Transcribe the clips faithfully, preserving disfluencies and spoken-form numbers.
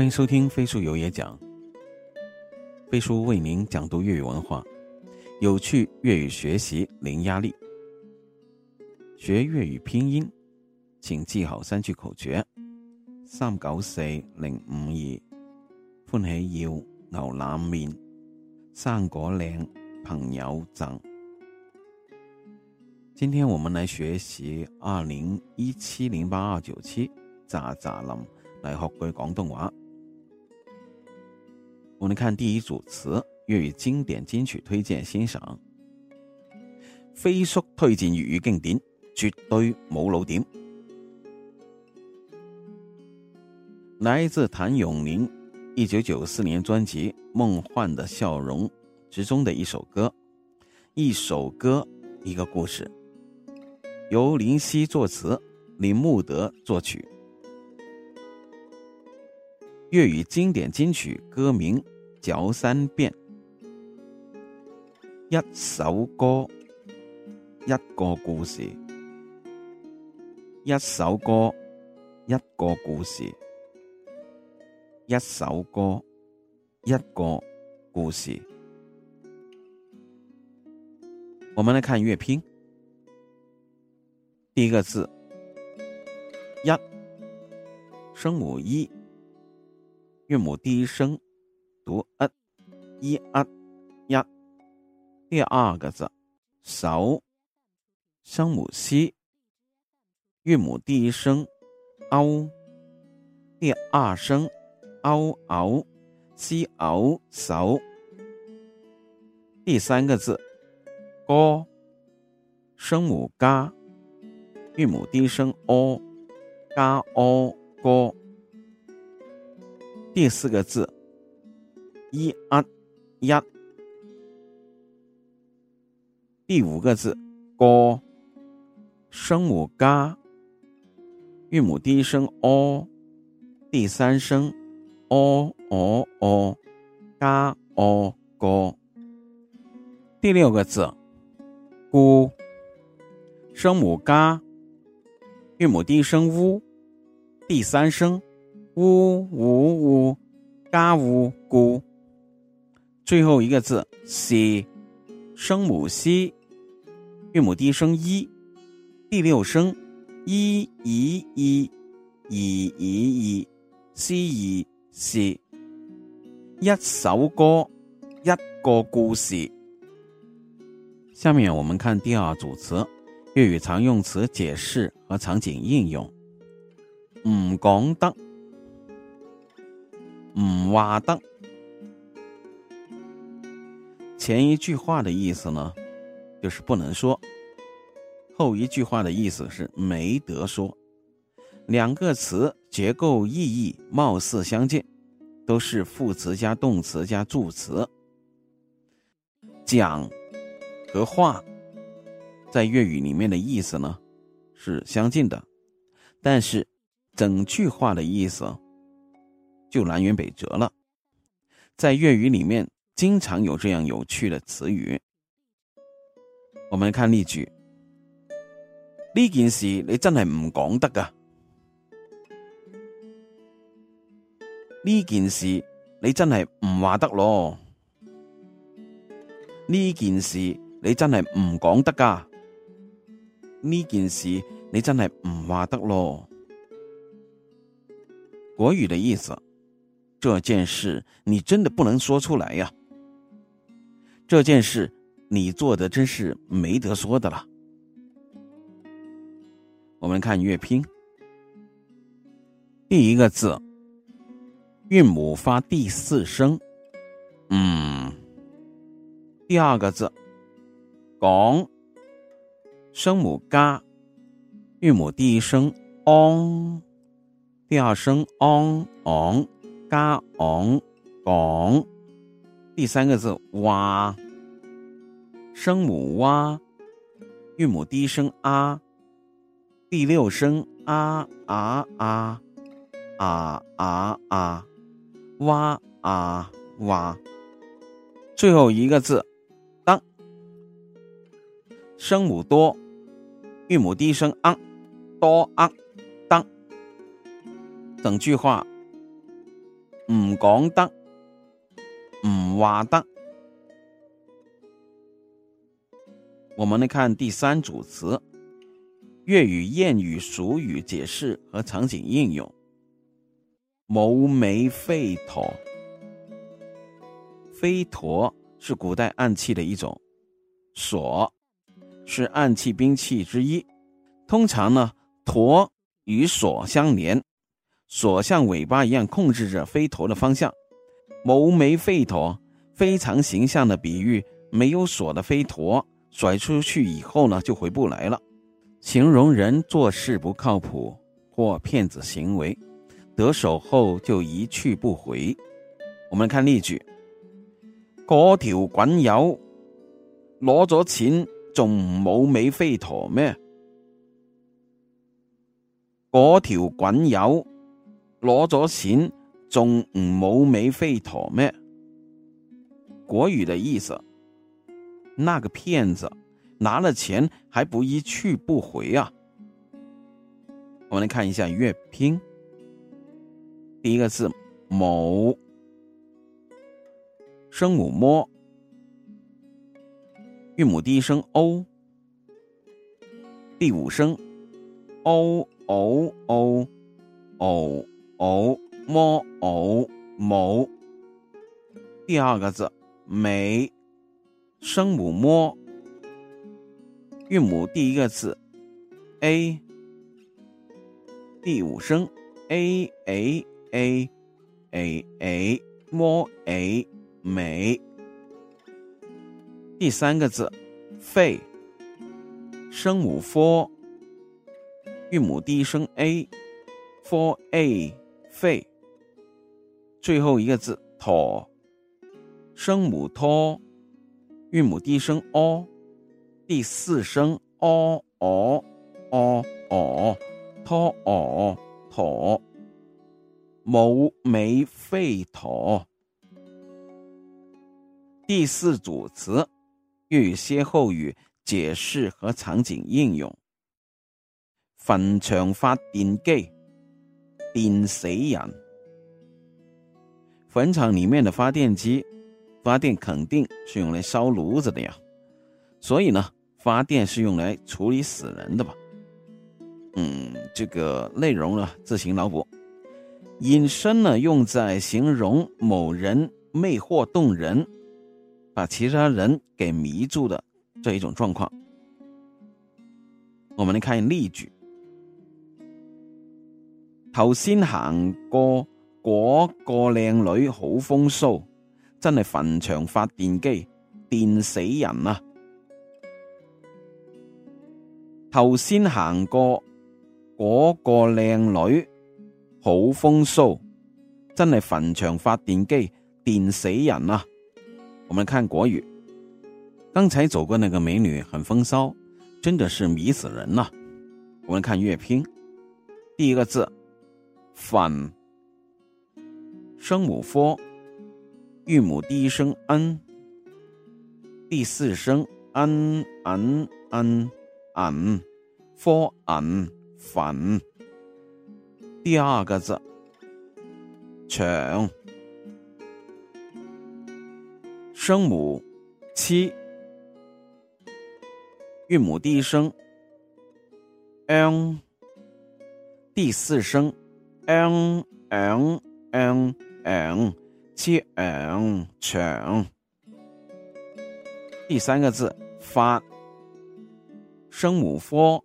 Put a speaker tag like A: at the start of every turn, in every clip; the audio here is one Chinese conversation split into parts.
A: 欢迎收听飞书有也讲，飞书为您讲读粤语文化，有趣粤语学习零压力。学粤语拼音，请記好三句口訣：三九四零五二，歡喜要牛腩麵，生果靚朋友贈。今天我們來學習二零一七零八二九七咋咋林來學句廣東話。我們看第一組詞，粵語經典金曲推薦欣賞。飛叔推薦粵語經典，絕對冇老點。來自譚詠麟一九九四年專輯《夢幻的笑容》之中的一首歌，一首歌一個故事，由林夕作詞，林慕德作曲。粵語經典金曲歌名嚼三遍。一首歌，一個故事。一首歌，一個故事。一首歌，一個故事。我們來看粵拼。第一個字一，聲母一，韻母第一聲讀一，一一一。第二個字手，聲母西，韻母第一聲凹，第二聲凹凹，西凹手。第三個字歌，聲母嘎，韻母第一聲哦，嘎哦歌。第四個字一一一。第五個字歌，聲母嘎，韻母第一聲哦，第三聲哦哦哦，嘎哦歌。第六個字咕，聲母嘎，韻母第一聲烏，第三聲烏烏烏，嘎烏咕。最後一個字西，聲母西，韻母第一聲一，第六聲一一一，一一一，西一西。一首歌，一個故事。下面我們看第二組詞，粵語常用詞解釋和場景應用。唔講得，唔話得。前一句話的意思呢，就是不能說，後一句話的意思是沒得說。兩個詞結構意義貌似相近，都是副詞加動詞加助詞。講和話在粵語裡面的意思呢是相近的，但是整句話的意思就南轅北轍了。在粵語裡面經常有這樣有趣的詞語。我們看例句，呢件事你真係唔講得㗎。呢件事你真係唔話得咯。呢件事你真係唔講得㗎。呢件事你真係唔話得咯。國語的意思，這件事你真的不能說出來呀。這件事你做的真是沒得說的了。我們看粵拼。第一個字韻母發第四聲嗯。第二個字講，聲母嘎，韻母第一聲昂，第二聲昂昂，嘎昂講。第三個字哇，聲母哇，韻母第一聲啊，第六聲啊啊啊啊啊啊，哇啊哇。最後一個字當，聲母多，韻母第一聲昂，多昂當。整句話唔講得，唔話得。我們來看第三組詞，粵語諺語俗語解釋和場景應用。冇尾飛陀，飛陀是古代暗器的一種，索是暗器兵器之一。通常呢，陀與索相連，索像尾巴一樣控制着飛陀的方向。冇尾飛陀非常形象的比喻沒有索的飛陀甩出去以後呢，就回不來了，形容人做事不靠譜或騙子行為，得手後就一去不回。我們看例句，嗰條滾友攞咗錢仲冇尾飛陀咩？嗰條滾友攞咗錢仲唔冇尾飛陀咩？國語的意思，那個騙子拿了錢還不一去不回啊。我們來看一下粵拼。第一個字冇，聲母摸，韻母第一聲 o， 第五聲 o o o o o 摸 o 冇。第二個字沒，聲母摸，韻母第一個字 a， 第五聲 a a a a a 摸 a 沒。第三個字吠，聲母 for， 韻母第一聲 a for a 吠。最後一個字妥，聲母拖，韻母第一聲 o， 第四聲 o o o o 拖 o 妥。冇尾飛陀。第四組詞，粵語歇後語解釋和場景應用。墳場發電機，電死人。墳場裏面的發電機，發電肯定是用來燒爐子的呀，所以呢，發電是用來處理死人的吧。嗯，這個內容呢，自行腦補。引申呢，用在形容某人魅惑動人，把其他人給迷住的這一種狀況。我們來看例句，頭先行過嗰個靚女好風騷，真係墳場發電機，電死人啊！頭先行過嗰個靚女好風騷，真係墳場發電機，電死人啊！我們看國語，剛才走過那個美女很風騷，真的是迷死人啊！我們看粵拼，第一個字墳，聲母 for， 韻母第一聲 n， 第四聲 n n n n for n 墳。第二個字場，聲母七，韻母第一聲 n， 第四聲 n n n n 七 n 場。第三個字發，聲母 for，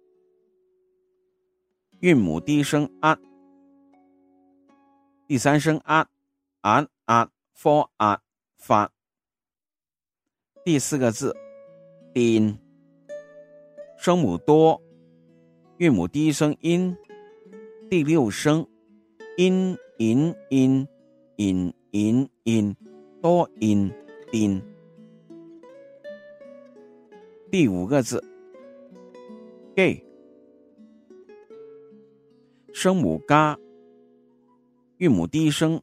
A: 韻母第一聲 at， 第三聲 at at at for at 發。第四個字電，聲母多，韻母第一聲 in， 第六聲 in in in in in in 多 in 電。第五個字 gay，聲母加，韻母第一聲。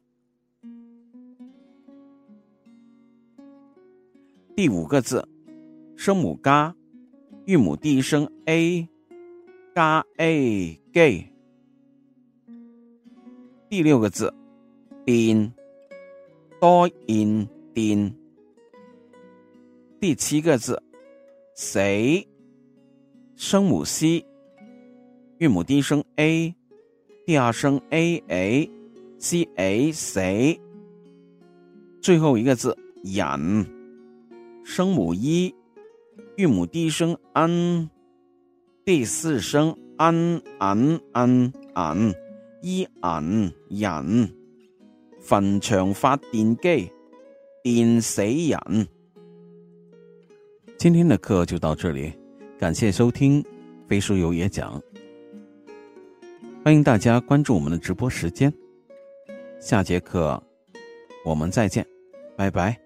A: 第五個字，聲母加，韻母第一聲 a， 加 a gay。第六個字电，多音电。第七个字谁，声母 C， 韵母第一声 A， 第二声 A A C A 谁。最后一个字人，声母一，韵母第一声 N， 第四声 N N N N 伊人人。墳場發電機，電死人。
B: 今天的课就到这里，感谢收听飞书有也讲，欢迎大家关注我们的直播时间，下节课我们再见，拜拜。